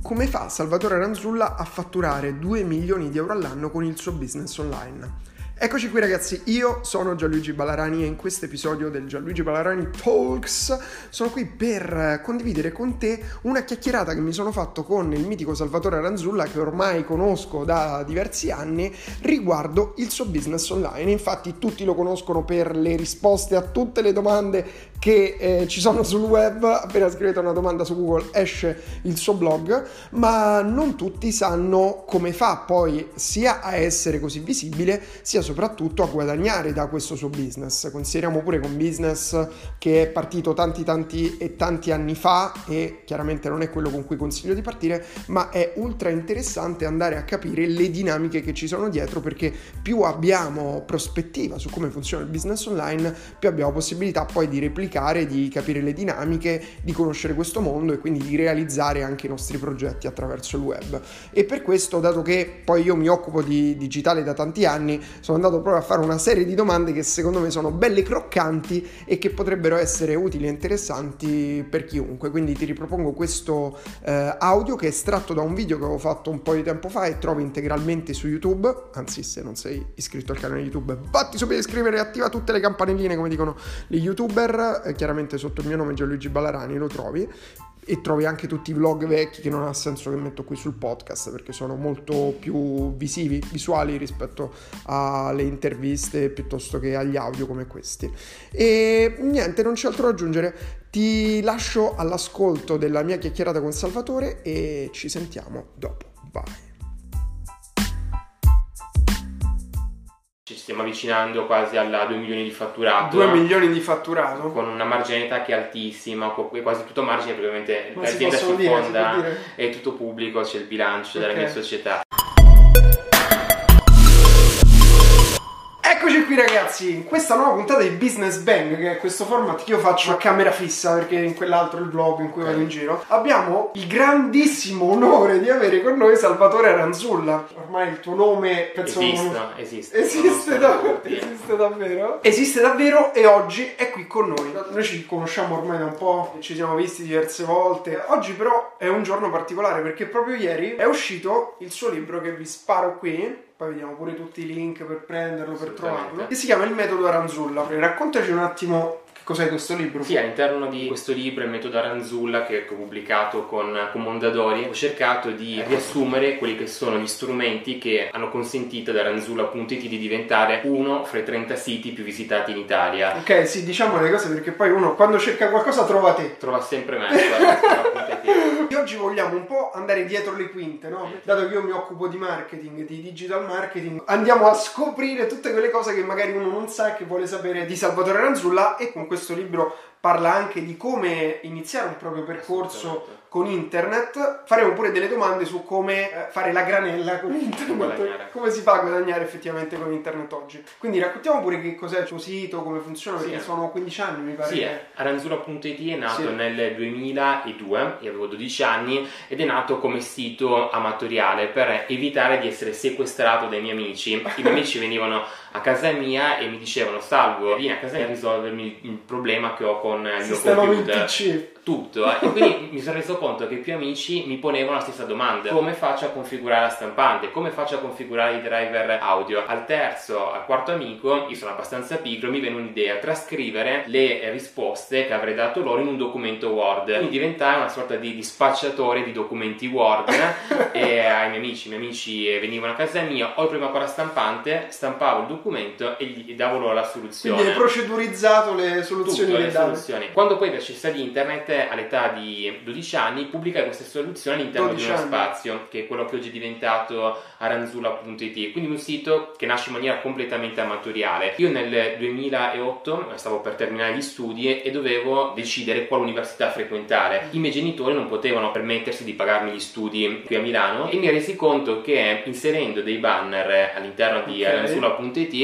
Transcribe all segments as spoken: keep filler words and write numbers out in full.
come fa Salvatore Aranzulla a fatturare due milioni di euro all'anno con il suo business online. Eccoci qui ragazzi, io sono Gianluigi Ballarani e in questo episodio del Gianluigi Ballarani Talks sono qui per condividere con te una chiacchierata che mi sono fatto con il mitico Salvatore Aranzulla, che ormai conosco da diversi anni, riguardo il suo business online. Infatti tutti lo conoscono per le risposte a tutte le domande che eh, ci sono sul web. Appena scrivete una domanda su Google esce il suo blog, ma non tutti sanno come fa poi sia a essere così visibile sia soprattutto a guadagnare da questo suo business. Consideriamo pure che un business che è partito tanti tanti e tanti anni fa, e chiaramente non è quello con cui consiglio di partire, ma è ultra interessante andare a capire le dinamiche che ci sono dietro, perché più abbiamo prospettiva su come funziona il business online, più abbiamo possibilità poi di replicare, di capire le dinamiche, di conoscere questo mondo e quindi di realizzare anche i nostri progetti attraverso il web. E per questo, dato che poi io mi occupo di digitale da tanti anni, sono andato proprio a fare una serie di domande che secondo me sono belle croccanti e che potrebbero essere utili e interessanti per chiunque. Quindi ti ripropongo questo eh, audio che è estratto da un video che avevo fatto un po' di tempo fa e trovi integralmente su YouTube. Anzi, se non sei iscritto al canale YouTube, batti subito a iscrivere e attiva tutte le campanelline, come dicono gli youtuber. eh, chiaramente sotto il mio nome Gianluigi Ballarani lo trovi, e trovi anche tutti i vlog vecchi che non ha senso che metto qui sul podcast, perché sono molto più visivi, visuali rispetto alle interviste piuttosto che agli audio come questi. E niente, non c'è altro da aggiungere, ti lascio all'ascolto della mia chiacchierata con Salvatore e ci sentiamo dopo. Vai. Ci stiamo avvicinando quasi alla due milioni di fatturato. due milioni di fatturato? Con una marginalità che è altissima, è quasi tutto margine, perché ovviamente Ma l'azienda si si fonda, dire, è tutto pubblico, c'è il bilancio okay. della mia società. Eccoci qui ragazzi, in questa nuova puntata di Business Bang, che è questo format che io faccio a camera fissa, perché in quell'altro è il vlog in cui okay. vado in giro, abbiamo il grandissimo onore di avere con noi Salvatore Aranzulla. Ormai il tuo nome penso esiste, non... esiste, esiste, da... esiste davvero esiste davvero e oggi è qui con noi. Noi ci conosciamo ormai da un po', ci siamo visti diverse volte. Oggi però è un giorno particolare, perché proprio ieri è uscito il suo libro, che vi sparo qui. Poi vediamo pure tutti i link per prenderlo, per trovarlo, che si chiama Il metodo Aranzulla. Raccontaci un attimo che cos'è questo libro. Sì, all'interno di questo libro, Il metodo Aranzulla, che ho pubblicato con, con Mondadori, ho cercato di riassumere quelli che sono gli strumenti che hanno consentito ad Aranzulla punto it di diventare uno fra i trenta siti più visitati in Italia. Ok, sì, diciamo le cose, perché poi uno quando cerca qualcosa trova te. Trova sempre me, guarda, e oggi vogliamo un po' andare dietro le quinte, no? Dato che io mi occupo di marketing, di digital marketing, andiamo a scoprire tutte quelle cose che magari uno non sa e che vuole sapere di Salvatore Aranzulla. E con questo libro parla anche di come iniziare un proprio percorso con internet. Faremo pure delle domande su come fare la granella con internet, come si fa a guadagnare effettivamente con internet oggi. Quindi raccontiamo pure che cos'è il tuo sito, come funziona, perché sì. sono quindici anni mi pare. Sì, Aranzulla punto it è nato sì. nel duemiladue, io avevo dodici anni, ed è nato come sito amatoriale per evitare di essere sequestrato dai miei amici. I miei amici venivano a casa mia e mi dicevano: Salvo, vieni a casa mia a risolvermi il problema che ho con il mio computer. Tutto, eh. E quindi mi sono reso conto che più amici mi ponevano la stessa domanda: come faccio a configurare la stampante, come faccio a configurare i driver audio? Al terzo, al quarto amico, io sono abbastanza pigro, mi viene un'idea: trascrivere le risposte che avrei dato loro in un documento Word. Quindi diventai una sorta di dispacciatore di documenti Word e ai miei amici, i miei amici venivano a casa mia, ho il problema con la stampante, stampavo il documento e gli davo loro la soluzione. Quindi hai procedurizzato le soluzioni. Tutto, le soluzioni. Quando poi per necessità di internet, all'età di dodici anni, pubblicai queste soluzioni all'interno di uno anni. spazio, che è quello che oggi è diventato Aranzulla punto it, quindi un sito che nasce in maniera completamente amatoriale. Io nel duemilaotto stavo per terminare gli studi e dovevo decidere quale università frequentare. I miei genitori non potevano permettersi di pagarmi gli studi qui a Milano, e mi resi conto che inserendo dei banner all'interno di okay. Aranzulla punto it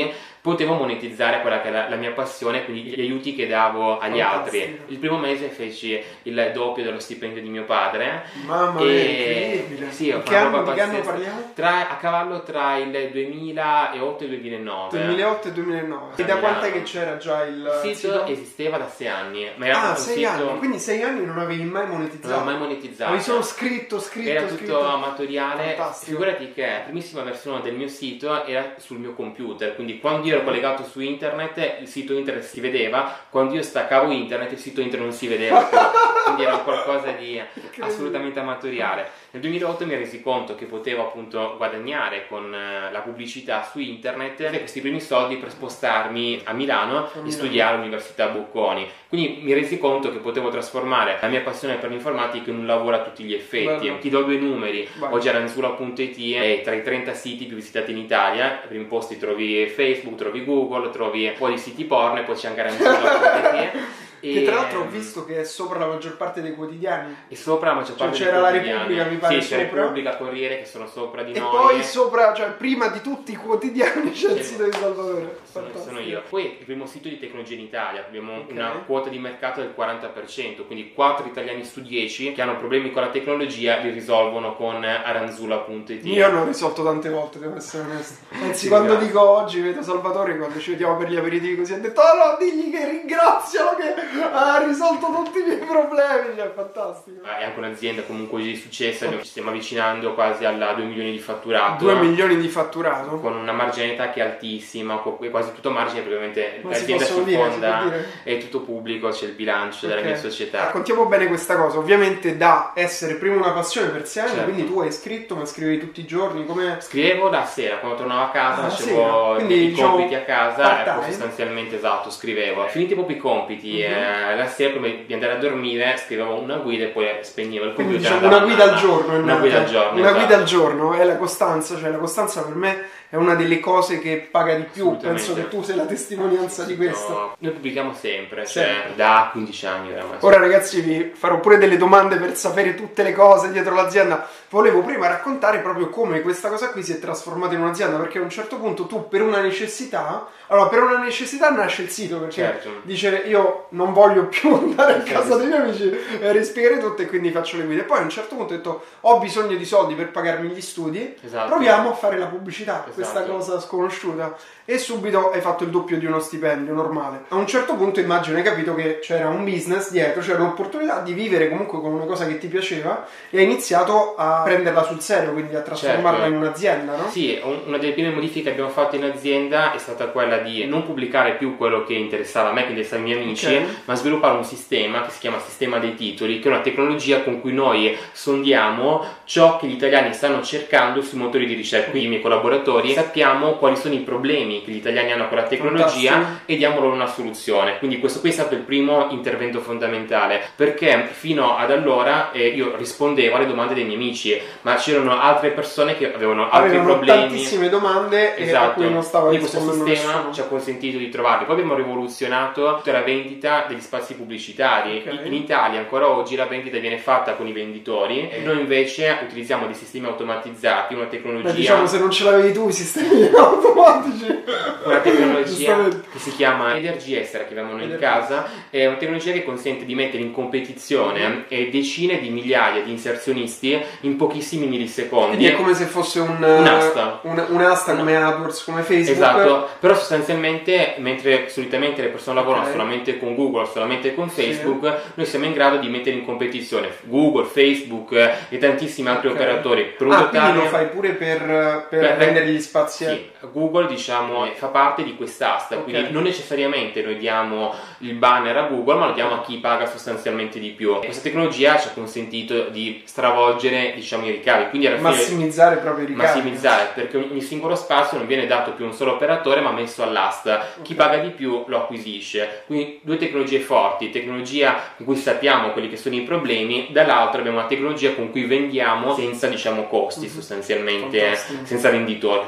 potevo monetizzare quella che è la, la mia passione, quindi gli aiuti che davo agli Fantastico. altri. Il primo mese feci il doppio dello stipendio di mio padre. Mamma mia, incredibile. Sì, ho Di fatto che una anno, roba di che anno pazzesca. parliamo? Tra, a cavallo tra il duemilaotto e il duemilanove. duemilaotto e duemilanove. E da quant'è che c'era già il Il sito, sito? esisteva da sei anni. Ma era Ah, un sei sito... anni, quindi sei anni non avevi mai monetizzato? Non avevo mai monetizzato. Avevi solo scritto, scritto, Era scritto. tutto amatoriale. Fantastico. Figurati che la primissima versione del mio sito era sul mio computer, quindi quando io ero collegato su internet il sito internet si vedeva, quando io staccavo internet il sito internet non si vedeva più. Quindi era qualcosa di assolutamente amatoriale. Nel duemilaotto mi ero resi conto che potevo appunto guadagnare con la pubblicità su internet e questi primi soldi per spostarmi a Milano e studiare all'Università Bocconi. Quindi mi resi conto che potevo trasformare la mia passione per l'informatica in un lavoro a tutti gli effetti. Bello. Ti do due numeri: Vai. oggi aranzulla punto it è tra i trenta siti più visitati in Italia. Ai primi posti trovi Facebook, trovi Google, trovi un po' di siti porno e poi c'è anche aranzulla punto it. Che tra l'altro ho visto che è sopra la maggior parte dei quotidiani. E sopra la maggior parte Cioè, dei c'era la quotidiani. Repubblica, mi pare, sì, c'è sopra. Repubblica, Corriere che sono sopra di E noi. poi sopra, cioè prima di tutti i quotidiani c'è il Sì. sito di Salvatore. Sono, sono io. Poi il primo sito di tecnologia in Italia, abbiamo Ok. una quota di mercato del quaranta per cento, quindi quattro italiani su dieci che hanno problemi con la tecnologia li risolvono con aranzulla punto it. Io l'ho risolto tante volte, devo essere onesto. Anzi, Sì, quando grazie. dico oggi, vedo Salvatore, quando ci vediamo per gli aperitivi così, ha detto: oh no, digli che ringrazialo che ha risolto tutti i miei problemi. Cioè, fantastico. È anche un'azienda comunque di successo, ci stiamo avvicinando quasi alla due milioni di fatturato. due milioni di fatturato. Con una marginalità che è altissima, co- è quasi tutto margine, perché ovviamente Ma si l'azienda possono dire, si sprofonda, può dire? è tutto pubblico, c'è il bilancio della Ok. mia società. Raccontiamo bene questa cosa. Ovviamente da essere prima una passione per sei anni, Certo. quindi tu hai scritto, ma scrivevi tutti i giorni, come... Scrivevo la sera, quando tornavo a casa, Ah, la facevo sera. Quindi, i diciamo, compiti a casa, part-time. ecco, sostanzialmente esatto, scrivevo. Finiti proprio i compiti, Mhm. eh, la sera prima di andare a dormire scrivevo una guida e poi spegnevo il computer. Quindi diciamo e andavo una guida a al casa. giorno. è Una nata. guida al giorno, Una esatto. guida al giorno è la costanza, cioè la costanza per me è una delle cose che paga di più. Assolutamente. Penso che tu sei la testimonianza di questo. No, noi pubblichiamo sempre, Sì. cioè da quindici anni oramai. Ora ragazzi vi farò pure delle domande per sapere tutte le cose dietro l'azienda. Volevo prima raccontare proprio come questa cosa qui si è trasformata in un'azienda, perché a un certo punto tu per una necessità, allora per una necessità nasce il sito, perché Certo. dice io non voglio più andare a Certo. casa dei miei amici e rispiegare tutto e quindi faccio le guide. Poi a un certo punto ho detto ho bisogno di soldi per pagarmi gli studi, Esatto. proviamo a fare la pubblicità, Esatto. questa cosa sconosciuta. E subito hai fatto il doppio di uno stipendio normale. A un certo punto immagino hai capito che c'era un business dietro, c'era l'opportunità di vivere comunque con una cosa che ti piaceva e hai iniziato a prenderla sul serio, quindi a trasformarla Certo. in un'azienda, no? Sì, un- una delle prime modifiche che abbiamo fatto in azienda è stata quella di non pubblicare più quello che interessava a me, che interessava ai miei amici, Ok. ma sviluppare un sistema che si chiama sistema dei titoli, che è una tecnologia con cui noi sondiamo ciò che gli italiani stanno cercando sui motori di ricerca. Quindi i miei collaboratori sappiamo quali sono i problemi che gli italiani hanno con la tecnologia Fantastico. e diamo loro una soluzione. Quindi questo qui è stato il primo intervento fondamentale, perché fino ad allora eh, io rispondevo alle domande dei miei amici, ma c'erano altre persone che avevano altri Avevano problemi. tantissime domande e a Esatto, cui non stava quindi questo rispondendo sistema nessuno. ci ha consentito di trovarli. Poi abbiamo rivoluzionato tutta la vendita degli spazi pubblicitari. Ok. In Italia ancora oggi la vendita viene fatta con i venditori e noi invece utilizziamo dei sistemi automatizzati, una tecnologia. Beh, diciamo se non ce l'avevi tu i sistemi automatici. Una tecnologia Giustamente. che si chiama Energy Estera, che chiamiamo noi in casa, è una tecnologia che consente di mettere in competizione eh, decine di migliaia di inserzionisti in pochissimi millisecondi. Quindi è come se fosse un, Un'asta. un- un'asta Una- come AdWords, come Facebook. Esatto, però sostanzialmente mentre solitamente le persone lavorano Ok. solamente con Google, solamente con Sì. Facebook, noi siamo in grado di mettere in competizione Google, Facebook eh, e tantissimi altri Ok. operatori per un Ah, totale. quindi lo fai pure per, per Per- vendere gli spazi. Sì, Google diciamo fa parte di quest'asta, Ok. quindi non necessariamente noi diamo il banner a Google, ma lo diamo a chi paga sostanzialmente di più. Questa tecnologia ci ha consentito di stravolgere diciamo i ricavi, quindi alla fine Massimizzare proprio i ricavi. massimizzare, perché ogni singolo spazio non viene dato più a un solo operatore ma messo all'asta. Chi Ok. paga di più lo acquisisce. Quindi due tecnologie forti, tecnologia con cui sappiamo quelli che sono i problemi, dall'altra abbiamo una tecnologia con cui vendiamo senza diciamo costi Mhm. sostanzialmente, Fantastico. senza venditori,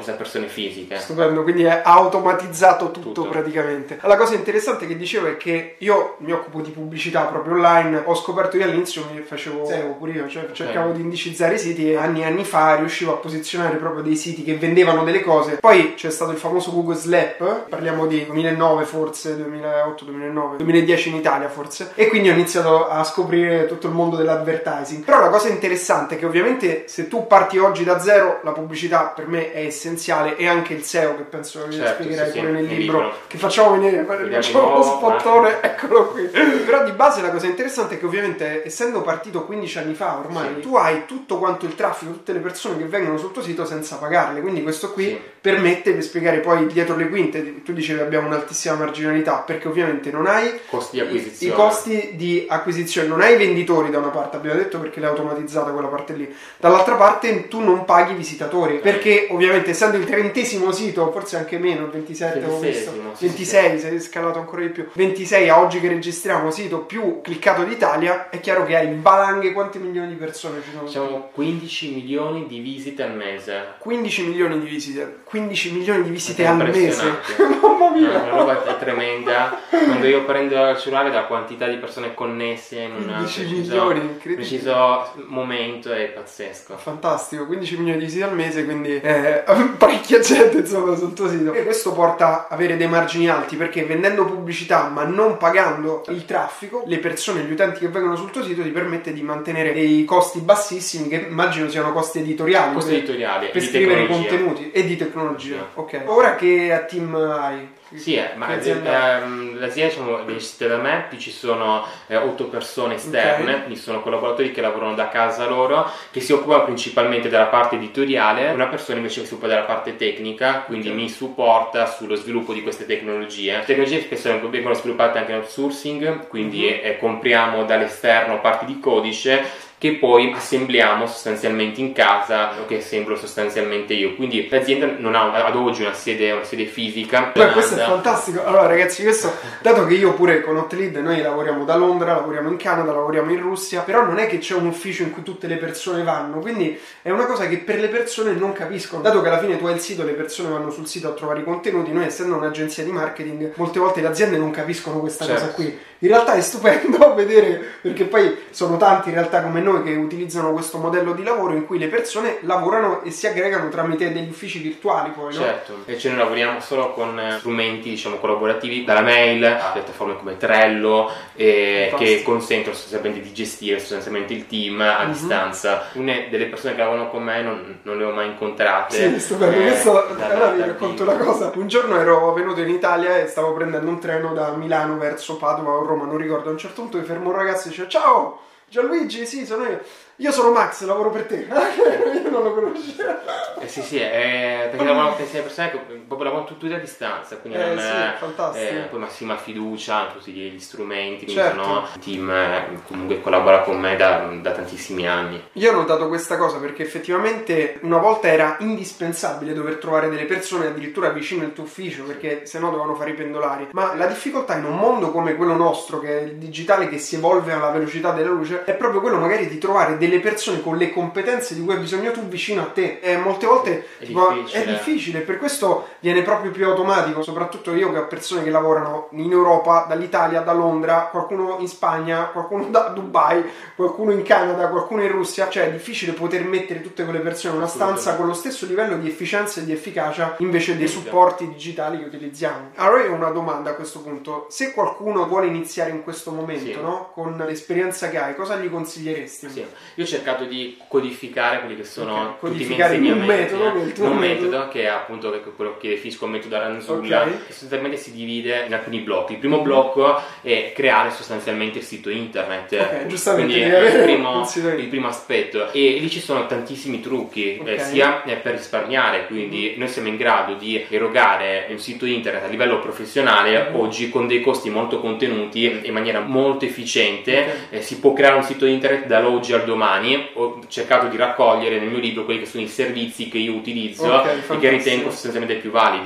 fosse a persone fisiche. Stupendo, quindi è automatizzato tutto, Tutto. praticamente. La cosa interessante che dicevo è che io mi occupo di pubblicità proprio online. Ho scoperto io all'inizio mi facevo S E O pure io, cioè okay. cercavo di indicizzare i siti e anni e anni fa riuscivo a posizionare proprio dei siti che vendevano delle cose. Poi c'è stato il famoso Google Slap, parliamo di duemilanove forse, duemilaotto duemilanove, duemiladieci in Italia forse, e quindi ho iniziato a scoprire tutto il mondo dell'advertising. Però la cosa interessante è che ovviamente se tu parti oggi da zero, la pubblicità per me è essenziale, e anche il S E O, che penso che certo, spiegherai sì, pure sì, nel libro, libro che facciamo venire, facciamo uno spottone, eccolo qui. Però di base la cosa interessante è che ovviamente essendo partito quindici anni fa ormai, sì. tu hai tutto quanto il traffico, tutte le persone che vengono sul tuo sito senza pagarle, quindi questo qui sì. permette di spiegare poi dietro le quinte. Tu dicevi abbiamo un'altissima marginalità perché ovviamente non hai costi di acquisizione, i, i costi di acquisizione, non hai venditori da una parte, abbiamo detto, perché l'hai automatizzata quella parte lì, dall'altra parte tu non paghi visitatori, sì. perché ovviamente essendo il trentesimo sito, forse anche meno, il ventisette ho visto, sì, ventisei, sì. sei scalato ancora di più, ventisei a oggi che registriamo, sito più cliccato d'Italia, è chiaro che hai valanghe. Quanti milioni di persone ci sono? Diciamo quindici milioni di visite al mese. quindici milioni di visite, quindici milioni di visite al mese. Mamma mia! Una roba è tremenda. Quando io prendo il cellulare, la quantità di persone connesse in un preciso, preciso momento è pazzesco. Fantastico, quindici milioni di visite al mese, quindi eh, parecchia gente insomma sul tuo sito. E questo porta a avere dei margini alti, perché vendendo pubblicità ma non pagando il traffico, le persone, gli utenti che vengono sul tuo sito ti permette di mantenere dei costi bassissimi, che immagino siano costi editoriali, costi per, editoriali per di scrivere i tecnologia. contenuti e di tecnologia. Ok. Ora che team hai? Sì, eh, ma l'azienda, l'azienda diciamo, è gestita da me, qui ci sono eh, otto persone esterne, okay. quindi sono collaboratori che lavorano da casa loro, che si occupano principalmente della parte editoriale, una persona invece che si occupa della parte tecnica, quindi okay. mi supporta sullo sviluppo di queste tecnologie. Le tecnologie spesso vengono sviluppate anche in outsourcing, quindi mm-hmm. eh, compriamo dall'esterno parti di codice che poi assembliamo sostanzialmente in casa, o che assemblo sostanzialmente io. Quindi l'azienda non ha ad oggi una sede, una sede fisica. Beh, questo è fantastico. Allora ragazzi, questo, dato che io pure con Hotlead, noi lavoriamo da Londra, lavoriamo in Canada, lavoriamo in Russia, però non è che c'è un ufficio in cui tutte le persone vanno, quindi è una cosa che per le persone non capiscono. Dato che alla fine tu hai il sito, le persone vanno sul sito a trovare i contenuti, noi essendo un'agenzia di marketing, molte volte le aziende non capiscono questa certo. cosa qui. In realtà è stupendo vedere, perché poi sono tanti in realtà come noi che utilizzano questo modello di lavoro in cui le persone lavorano e si aggregano tramite degli uffici virtuali poi, no? Certo, invece noi lavoriamo solo con strumenti diciamo collaborativi, dalla mail a piattaforme come Trello eh, che consentono sostanzialmente di gestire sostanzialmente il team a mm-hmm. distanza. Una delle persone che lavorano con me non, non le ho mai incontrate. Sì, stupendo. Eh, Questo, allora vi racconto una cosa. Un giorno ero venuto in Italia e stavo prendendo un treno da Milano verso Padova o Roma, non ricordo. A un certo punto mi fermo un ragazzo e dice: ciao Gianluigi, sì, sono io. Io sono Max, lavoro per te. Io non lo conoscevo. Eh sì, sì, eh, perché lavorano con queste persone che proprio lavorano tutti a distanza, quindi eh, non sì, è fantastico. Eh, poi massima fiducia, hanno tutti gli strumenti, quindi certo. sono un team eh, comunque collabora con me da, da tantissimi anni. Io ho notato questa cosa perché effettivamente una volta era indispensabile dover trovare delle persone addirittura vicino al tuo ufficio, perché sennò dovevano fare i pendolari. Ma la difficoltà in un mondo come quello nostro, che è il digitale, che si evolve alla velocità della luce, è proprio quello magari di trovare delle persone con le competenze di cui hai bisogno tu vicino a te. E molte volte è, tipo, difficile. è difficile, per questo viene proprio più automatico. Soprattutto io che ho persone che lavorano in Europa, dall'Italia, da Londra, qualcuno in Spagna, qualcuno da Dubai, qualcuno in Canada, qualcuno in Russia. Cioè è difficile poter mettere tutte quelle persone in una stanza con lo stesso livello di efficienza e di efficacia invece dei supporti digitali che utilizziamo. Allora io ho una domanda a questo punto: se qualcuno vuole iniziare in questo momento, sì. no? Con l'esperienza che hai, cosa gli consiglieresti? Sì. Io ho cercato di codificare quelli che sono okay. tutti codificare i miei un metodo, eh, il tuo un metodo. metodo che è appunto quello che definisco il metodo Aranzulla, okay. che sostanzialmente si divide in alcuni blocchi. Il primo blocco è creare sostanzialmente il sito internet, okay, giustamente, quindi è il primo, il primo aspetto, e lì ci sono tantissimi trucchi, okay. eh, sia per risparmiare, quindi mm-hmm. noi siamo in grado di erogare un sito internet a livello professionale mm-hmm. oggi con dei costi molto contenuti in maniera molto efficiente, okay. eh, si può creare un sito internet dall'oggi al domani. Ho cercato di raccogliere nel mio libro quelli che sono i servizi che io utilizzo okay, e che ritengo sostanzialmente più validi.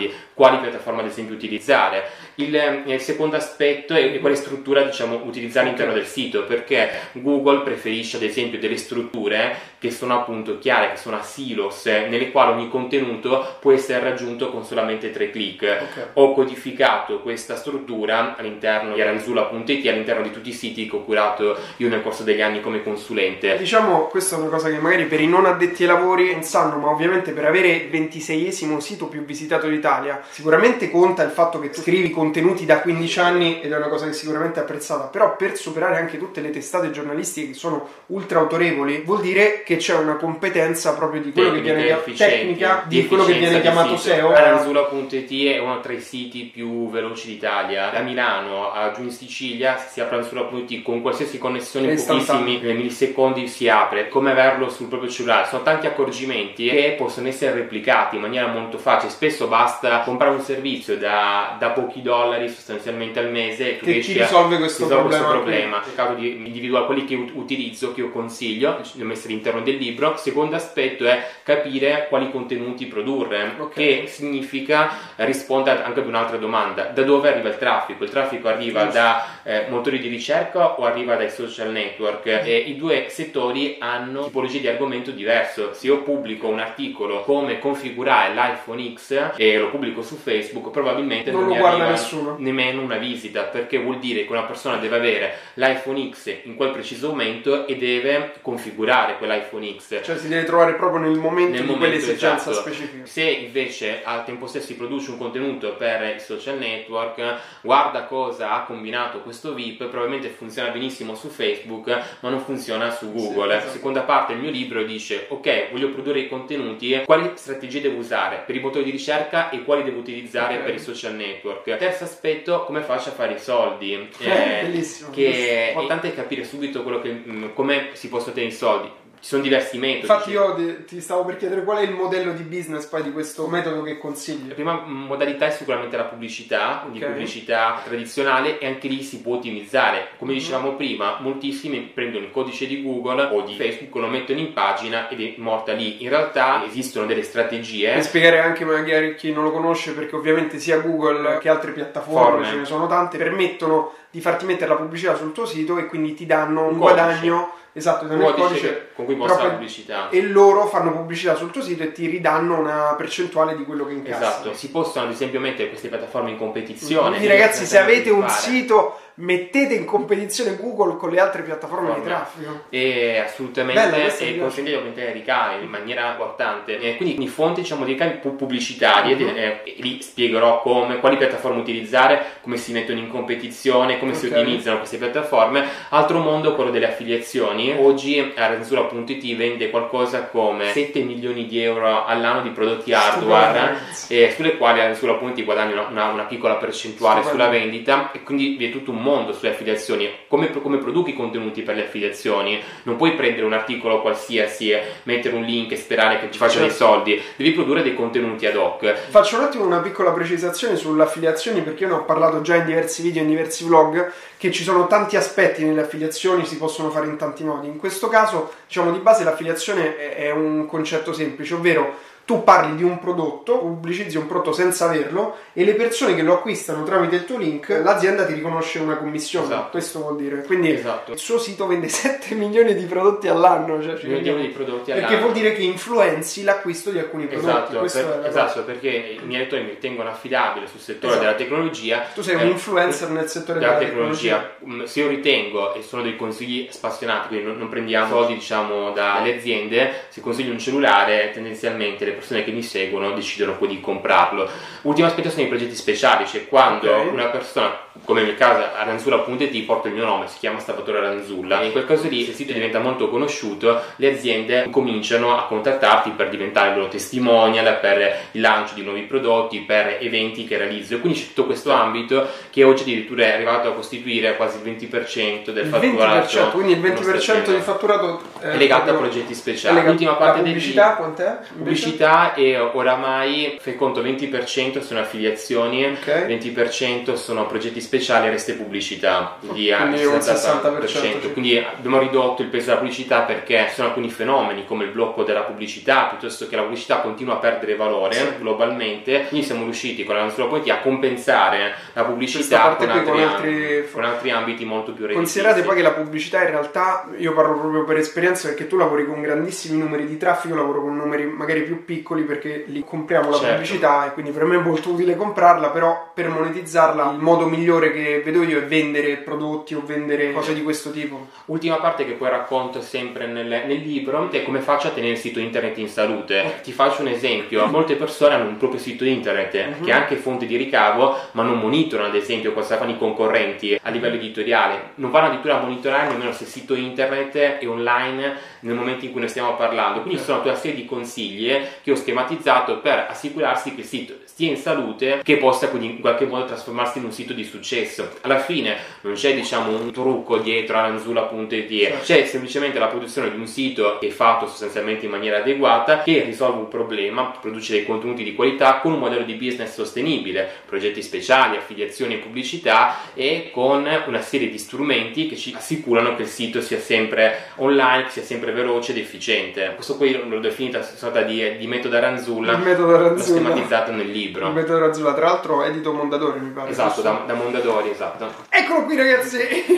quali piattaforme ad esempio utilizzare. Il, il secondo aspetto è quale struttura diciamo utilizzare all'interno del sito, perché Google preferisce ad esempio delle strutture che sono appunto chiare, che sono a silos, nelle quali ogni contenuto può essere raggiunto con solamente tre clic. Okay. Ho codificato questa struttura all'interno di aranzulla punto it, all'interno di tutti i siti che ho curato io nel corso degli anni come consulente. Diciamo, questa è una cosa che magari per i non addetti ai lavori non sanno, ma ovviamente per avere il ventiseiesimo sito più visitato d'Italia sicuramente conta il fatto che tu scrivi contenuti da quindici anni, ed è una cosa che sicuramente è apprezzata, però per superare anche tutte le testate giornalistiche che sono ultra autorevoli vuol dire che c'è una competenza proprio di quello Tecniche, che viene tecnica di, di quello che viene chiamato S E O. aranzulla punto it è uno tra i siti più veloci d'Italia. Da Milano a giù in Sicilia si apre aranzulla punto it con qualsiasi connessione in pochissimi millisecondi si apre, come averlo sul proprio cellulare. Sono tanti accorgimenti che possono essere replicati in maniera molto facile. Spesso basta comprare un servizio da, da pochi dollari sostanzialmente al mese che ti risolve questo risolve problema. Questo problema. Ho cercato di individuare quelli che utilizzo, che io consiglio, li ho messi all'interno del libro. Secondo aspetto è capire quali contenuti produrre, okay. Che significa rispondere anche ad un'altra domanda: da dove arriva il traffico? Il traffico arriva yes. da eh, motori di ricerca o arriva dai social network? Mm. E i due settori hanno tipologie di argomento diverso. Se io pubblico un articolo come configurare l'iPhone X e lo pubblico su Facebook, probabilmente non, non lo mi guarda arriva nessuno, nemmeno una visita, perché vuol dire che una persona deve avere l'iPhone X in quel preciso momento e deve configurare quell'iPhone X, cioè si deve trovare proprio nel momento nel di momento quell'esigenza esatto. specifica. Se invece al tempo stesso si produce un contenuto per i social network, guarda cosa ha combinato questo V I P, probabilmente funziona benissimo su Facebook ma non funziona su Google. Sì, esatto. Seconda parte del mio libro dice: ok, voglio produrre i contenuti, quali strategie devo usare per i motori di ricerca e quali devo utilizzare okay. per i social network. Terzo aspetto, come faccio a fare i soldi? Eh, bellissimo, che bellissimo. È importante capire subito quello che, come si possono ottenere i soldi. Ci sono diversi metodi. Infatti io ti stavo per chiedere qual è il modello di business poi di questo metodo che consigli. La prima modalità è sicuramente la pubblicità, quindi okay. pubblicità tradizionale, e anche lì si può ottimizzare. Come dicevamo mm-hmm. prima, moltissimi prendono il codice di Google o di Facebook, lo mettono in pagina ed è morta lì. In realtà esistono delle strategie. Per spiegare anche magari a chi non lo conosce, perché ovviamente sia Google che altre piattaforme, Forme. ce ne sono tante, permettono di farti mettere la pubblicità sul tuo sito e quindi ti danno un, un guadagno. Esatto, un codice, codice con cui posta la pubblicità, e loro fanno pubblicità sul tuo sito e ti ridanno una percentuale di quello che incassi. Esatto, si possono ad esempio mettere queste piattaforme in competizione. Quindi ragazzi, se avete un sito, mettete in competizione Google con le altre piattaforme Forma. di traffico. E assolutamente, e consente di aumentare i ricavi in maniera importante. E quindi, quindi fonti diciamo di ricavi pubblicitari, uh-huh. e, e lì spiegherò come, quali piattaforme utilizzare, come si mettono in competizione, come okay. si ottimizzano queste piattaforme. Altro mondo, quello delle affiliazioni. Oggi aranzulla punto it vende qualcosa come sette milioni di euro all'anno di prodotti hardware, e sulle quali aranzulla punto it guadagna una, una, una piccola percentuale sulla vendita, e quindi vi è tutto un mondo sulle affiliazioni. Come, come produci i contenuti per le affiliazioni? Non puoi prendere un articolo qualsiasi, mettere un link e sperare che ci faccia certo. dei soldi, devi produrre dei contenuti ad hoc. Faccio un attimo una piccola precisazione sulle affiliazioni, perché io ne ho parlato già in diversi video, in diversi vlog, che ci sono tanti aspetti nelle affiliazioni, si possono fare in tanti modi. In questo caso, diciamo, di base l'affiliazione è, è un concetto semplice, ovvero tu parli di un prodotto, pubblicizzi un prodotto senza averlo, e le persone che lo acquistano tramite il tuo link, l'azienda ti riconosce una commissione. Esatto. Questo vuol dire. Quindi esatto. il suo sito vende sette milioni di prodotti all'anno, cioè milioni di prodotti all'anno, perché vuol dire che influenzi l'acquisto di alcuni prodotti. Esatto, per, esatto perché i miei lettori mi ritengono affidabile sul settore esatto. della tecnologia. Tu sei eh, un influencer nel settore della, della tecnologia. tecnologia. Se io ritengo, e sono dei consigli spassionati, quindi non, non prendiamo soldi diciamo dalle aziende, se consiglio un cellulare, tendenzialmente le persone che mi seguono decidono poi di comprarlo. Ultimo aspetto sono i progetti speciali, cioè quando okay. una persona, come nel caso aranzulla punto it, porta il mio nome, si chiama Salvatore Aranzulla, e in quel caso lì, se il sito diventa molto conosciuto, le aziende cominciano a contattarti per diventare il loro testimonial, per il lancio di nuovi prodotti, per eventi che realizzo, e quindi c'è tutto questo ambito che oggi addirittura è arrivato a costituire quasi il venti per cento del fatturato. venti per cento, quindi il venti per cento del fatturato è legato a progetti speciali. L'ultima parte la pubblicità degli... quant'è? Pubblicità, e oramai fai conto venti per cento sono affiliazioni, okay. venti per cento sono progetti speciali, resta e pubblicità, quindi, quindi al sessanta per cento, sessanta per cento. Quindi abbiamo ridotto il peso della pubblicità perché ci sono alcuni fenomeni come il blocco della pubblicità, piuttosto che la pubblicità continua a perdere valore sì. globalmente, quindi siamo riusciti con la nostra politica a compensare la pubblicità con altri, con, altri... Ambiti, con altri ambiti molto più redditizi. Considerate poi che la pubblicità in realtà, io parlo proprio per esperienza perché tu lavori con grandissimi numeri di traffico, lavoro con numeri magari più piccoli perché lì compriamo la certo. pubblicità e quindi per me è molto utile comprarla, però per monetizzarla il modo migliore che vedo io è vendere prodotti o vendere cose di questo tipo. Ultima parte che poi racconto sempre nel, nel libro è come faccio a tenere il sito internet in salute. Ti faccio un esempio: molte persone hanno un proprio sito internet uh-huh. che è anche fonte di ricavo, ma non monitorano ad esempio cosa fanno i concorrenti a livello editoriale, non vanno addirittura a monitorare nemmeno se il sito internet è online nel momento in cui ne stiamo parlando. Quindi ci sono tutta una serie di consigli che ho schematizzato per assicurarsi che il sito stia in salute, che possa quindi in qualche modo trasformarsi in un sito di successo. Alla fine non c'è diciamo un trucco dietro a ranzulla punto it, certo. c'è semplicemente la produzione di un sito che è fatto sostanzialmente in maniera adeguata, che risolve un problema, produce dei contenuti di qualità con un modello di business sostenibile, progetti speciali, affiliazioni e pubblicità, e con una serie di strumenti che ci assicurano che il sito sia sempre online, sia sempre veloce ed efficiente. Questo qui l'ho definito una sorta di, di metodo Ranzulla, il metodo Ranzulla, l'ho schematizzato nel libro. Il metodo Ranzulla, tra l'altro edito Mondadori mi pare. Esatto, da, da Mondadori, esatto. Eccolo qui ragazzi,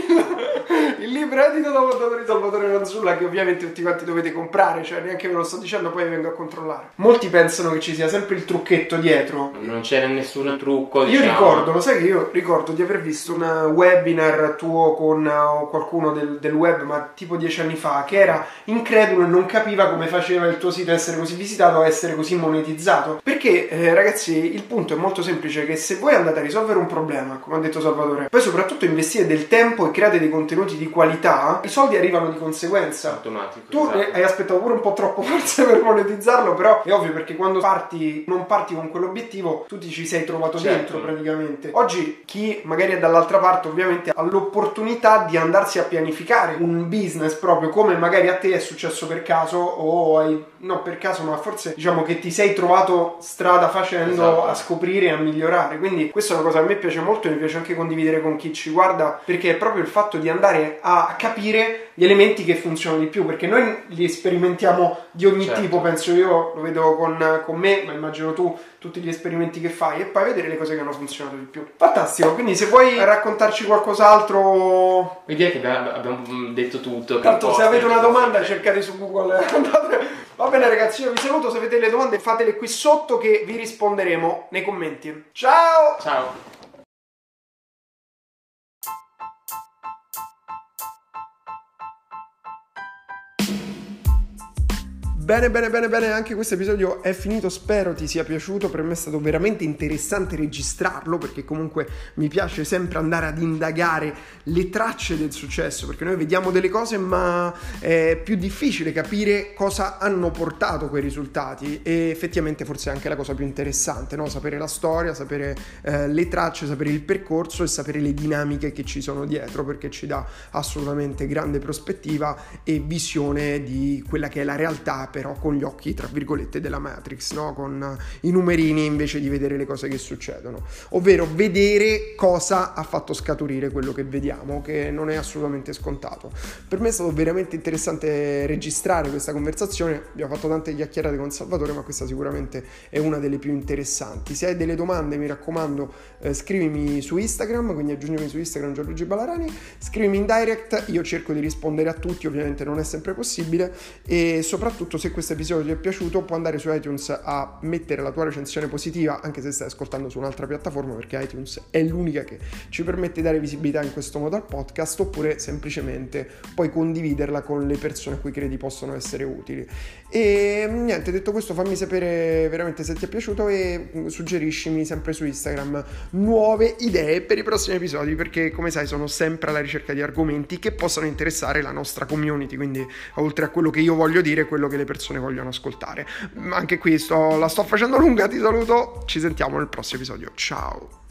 il libro edito da Mondadori, Salvatore Ranzulla, che ovviamente tutti quanti dovete comprare, cioè neanche ve lo sto dicendo, poi vengo a controllare. Molti pensano che ci sia sempre il trucchetto dietro. Non c'è nessun trucco, io diciamo. ricordo, lo sai che io ricordo di aver visto un webinar tuo con uh, qualcuno del, del web, ma tipo dieci anni fa, che era incredulo e non capiva come faceva il tuo sito a essere così visitato, a essere così monetizzato. Perché eh, ragazzi, il punto è molto semplice, che se voi andate a risolvere un problema, come ha detto Salvatore, poi soprattutto investire del tempo e create dei contenuti di qualità, i soldi arrivano di conseguenza. Automatico. Tu esatto. hai aspettato pure un po' troppo forse per monetizzarlo, però è ovvio, perché quando parti, non parti con quell'obiettivo, tu ti ci sei trovato certo. dentro praticamente. Oggi chi magari è dall'altra parte ovviamente ha l'opportunità di andarsi a pianificare un business proprio come magari a te è successo per caso, o hai, no per caso, ma forse diciamo che ti sei trovato strada facendo esatto. a scoprire e a migliorare. Quindi questa è una cosa che a me piace molto e mi piace anche condividere con chi ci guarda, perché è proprio il fatto di andare a capire gli elementi che funzionano di più, perché noi li sperimentiamo di ogni certo. tipo, penso io, lo vedo con, con me, ma immagino tu, tutti gli esperimenti che fai, e poi vedere le cose che hanno funzionato di più. Fantastico, quindi se vuoi raccontarci qualcos'altro... Vuoi dire che abbiamo detto tutto? Tanto se avete una domanda cercate su Google. Va bene ragazzi, io vi saluto, se avete le domande fatele qui sotto che vi risponderemo nei commenti. Ciao! Ciao! Bene, bene, bene, bene, anche questo episodio è finito, spero ti sia piaciuto. Per me è stato veramente interessante registrarlo, perché comunque mi piace sempre andare ad indagare le tracce del successo, perché noi vediamo delle cose ma è più difficile capire cosa hanno portato quei risultati, e effettivamente forse è anche la cosa più interessante, no? Sapere la storia, sapere eh, le tracce, sapere il percorso e sapere le dinamiche che ci sono dietro, perché ci dà assolutamente grande prospettiva e visione di quella che è la realtà, però con gli occhi tra virgolette della Matrix, no? Con i numerini invece di vedere le cose che succedono, ovvero vedere cosa ha fatto scaturire quello che vediamo, che non è assolutamente scontato. Per me è stato veramente interessante registrare questa conversazione, abbiamo fatto tante chiacchierate con Salvatore, ma questa sicuramente è una delle più interessanti. Se hai delle domande, mi raccomando, eh, scrivimi su Instagram, quindi aggiungimi su Instagram Gianluigi Ballarani, scrivimi in direct, io cerco di rispondere a tutti, ovviamente non è sempre possibile, e soprattutto se questo episodio ti è piaciuto puoi andare su iTunes a mettere la tua recensione positiva, anche se stai ascoltando su un'altra piattaforma, perché iTunes è l'unica che ci permette di dare visibilità in questo modo al podcast, oppure semplicemente puoi condividerla con le persone a cui credi possono essere utili. E niente, detto questo, fammi sapere veramente se ti è piaciuto e suggeriscimi sempre su Instagram nuove idee per i prossimi episodi, perché come sai sono sempre alla ricerca di argomenti che possano interessare la nostra community, quindi oltre a quello che io voglio dire, quello che le persone vogliono ascoltare. Anche qui sto, la sto facendo lunga, ti saluto, ci sentiamo nel prossimo episodio, ciao!